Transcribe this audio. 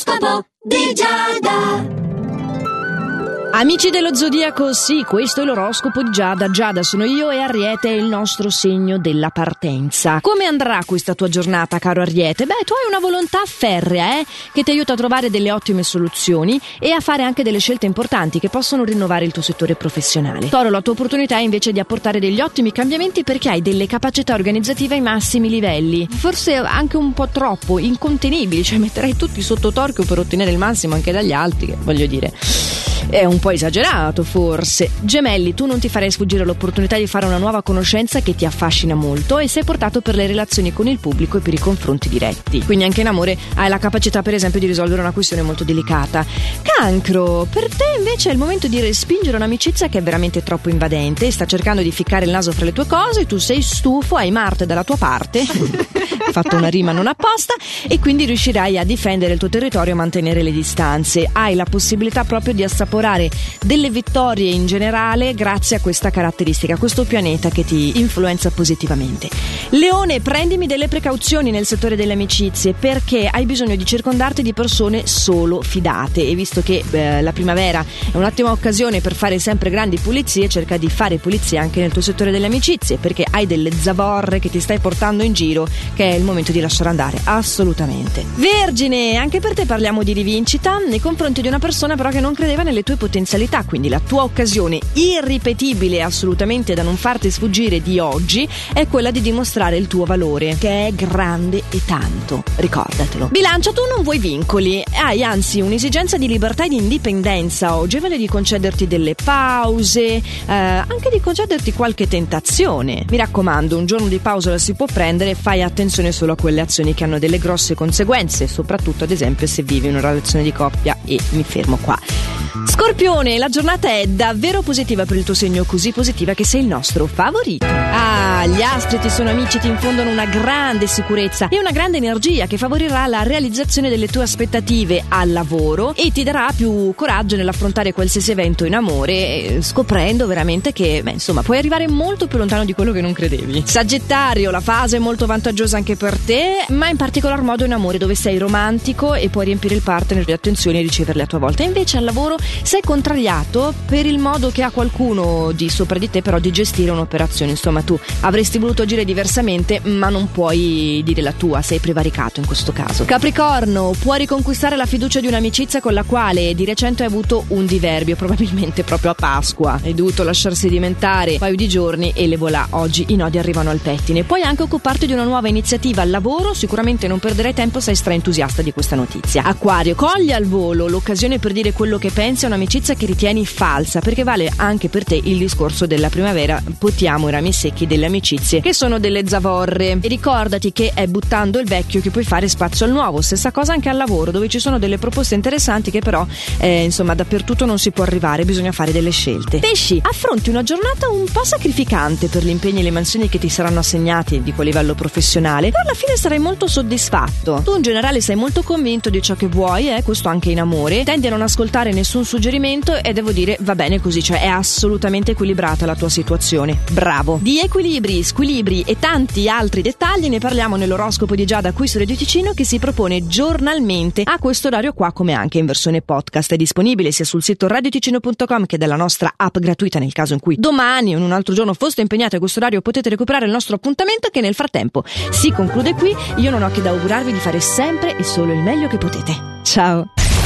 L'oroscopo di Giada. Amici dello Zodiaco, sì, questo è l'oroscopo di Giada. Giada sono io e Ariete è il nostro segno della partenza. Come andrà questa tua giornata, caro Ariete? Beh, tu hai una volontà ferrea, che ti aiuta a trovare delle ottime soluzioni e a fare anche delle scelte importanti che possono rinnovare il tuo settore professionale. Toro, la tua opportunità è invece di apportare degli ottimi cambiamenti perché hai delle capacità organizzative ai massimi livelli. Forse anche un po' troppo, incontenibili, cioè metterai tutti sotto torchio per ottenere il massimo anche dagli altri, che voglio dire... È un po' esagerato, forse. Gemelli, tu non ti farei sfuggire l'opportunità di fare una nuova conoscenza che ti affascina molto e sei portato per le relazioni con il pubblico e per i confronti diretti. Quindi anche in amore hai la capacità, per esempio, di risolvere una questione molto delicata. Cancro, per te invece è il momento di respingere un'amicizia che è veramente troppo invadente, sta cercando di ficcare il naso fra le tue cose, tu sei stufo, hai Marte dalla tua parte. Fatto una rima non apposta, e quindi riuscirai a difendere il tuo territorio e a mantenere le distanze. Hai la possibilità proprio di assaporare delle vittorie in generale grazie a questa caratteristica, a questo pianeta che ti influenza positivamente. Leone, prendimi delle precauzioni nel settore delle amicizie perché hai bisogno di circondarti di persone solo fidate, e visto che la primavera è un'ottima occasione per fare sempre grandi pulizie, cerca di fare pulizie anche nel tuo settore delle amicizie perché hai delle zavorre che ti stai portando in giro che è il momento di lasciare andare, assolutamente. Vergine, anche per te parliamo di rivincita nei confronti di una persona però che non credeva nelle tue potenzialità, quindi la tua occasione irripetibile assolutamente da non farti sfuggire di oggi è quella di dimostrare il tuo valore, che è grande e tanto, ricordatelo. Bilancia, tu non vuoi vincoli, hai anzi un'esigenza di libertà e di indipendenza oggi, vale di concederti delle pause, anche di concederti qualche tentazione. Mi raccomando, un giorno di pausa la si può prendere, fai attenzione solo a quelle azioni che hanno delle grosse conseguenze, soprattutto ad esempio se vivi una relazione di coppia, e mi fermo qua. Scorpione, la giornata è davvero positiva per il tuo segno, così positiva che sei il nostro favorito. Gli astri ti sono amici, ti infondono una grande sicurezza e una grande energia che favorirà la realizzazione delle tue aspettative al lavoro e ti darà più coraggio nell'affrontare qualsiasi evento in amore, scoprendo veramente che, puoi arrivare molto più lontano di quello che non credevi. Sagittario, la fase è molto vantaggiosa anche per te, ma in particolar modo in amore, dove sei romantico e puoi riempire il partner di attenzioni e riceverle a tua volta. Invece al lavoro sei contrariato per il modo che ha qualcuno di sopra di te però di gestire un'operazione. Insomma, tu avresti voluto agire diversamente ma non puoi dire la tua, sei prevaricato in questo caso. Capricorno, puoi riconquistare la fiducia di un'amicizia con la quale di recente hai avuto un diverbio, probabilmente proprio a Pasqua. Hai dovuto lasciar sedimentare un paio di giorni e le voilà, oggi i nodi arrivano al pettine. Puoi anche occuparti di una nuova iniziativa al lavoro, sicuramente non perderai tempo, sei straentusiasta di questa notizia. Acquario, cogli al volo l'occasione per dire quello che pensi a un'amicizia che ritieni falsa, perché vale anche per te il discorso della primavera, potiamo i rami secchi delle amicizie che sono delle zavorre, e ricordati che è buttando il vecchio che puoi fare spazio al nuovo. Stessa cosa anche al lavoro, dove ci sono delle proposte interessanti che però dappertutto non si può arrivare, bisogna fare delle scelte. Pesci, affronti una giornata un po' sacrificante per gli impegni e le mansioni che ti saranno assegnati di quel livello professionale, però alla fine sarai molto soddisfatto. Tu in generale sei molto convinto di ciò che vuoi, questo anche in amore, tendi a non ascoltare nessun suggerimento e devo dire va bene così, cioè è assolutamente equilibrata la tua situazione, bravo. Di equilibri, squilibri e tanti altri dettagli ne parliamo nell'oroscopo di Giada qui su Radio Ticino, che si propone giornalmente a questo orario qua, come anche in versione podcast. È disponibile sia sul sito radioticino.com che della nostra app gratuita nel caso in cui domani o in un altro giorno foste impegnati a questo orario, potete recuperare il nostro appuntamento che nel frattempo si conclude qui. Io non ho che da augurarvi di fare sempre e solo il meglio che potete. Ciao!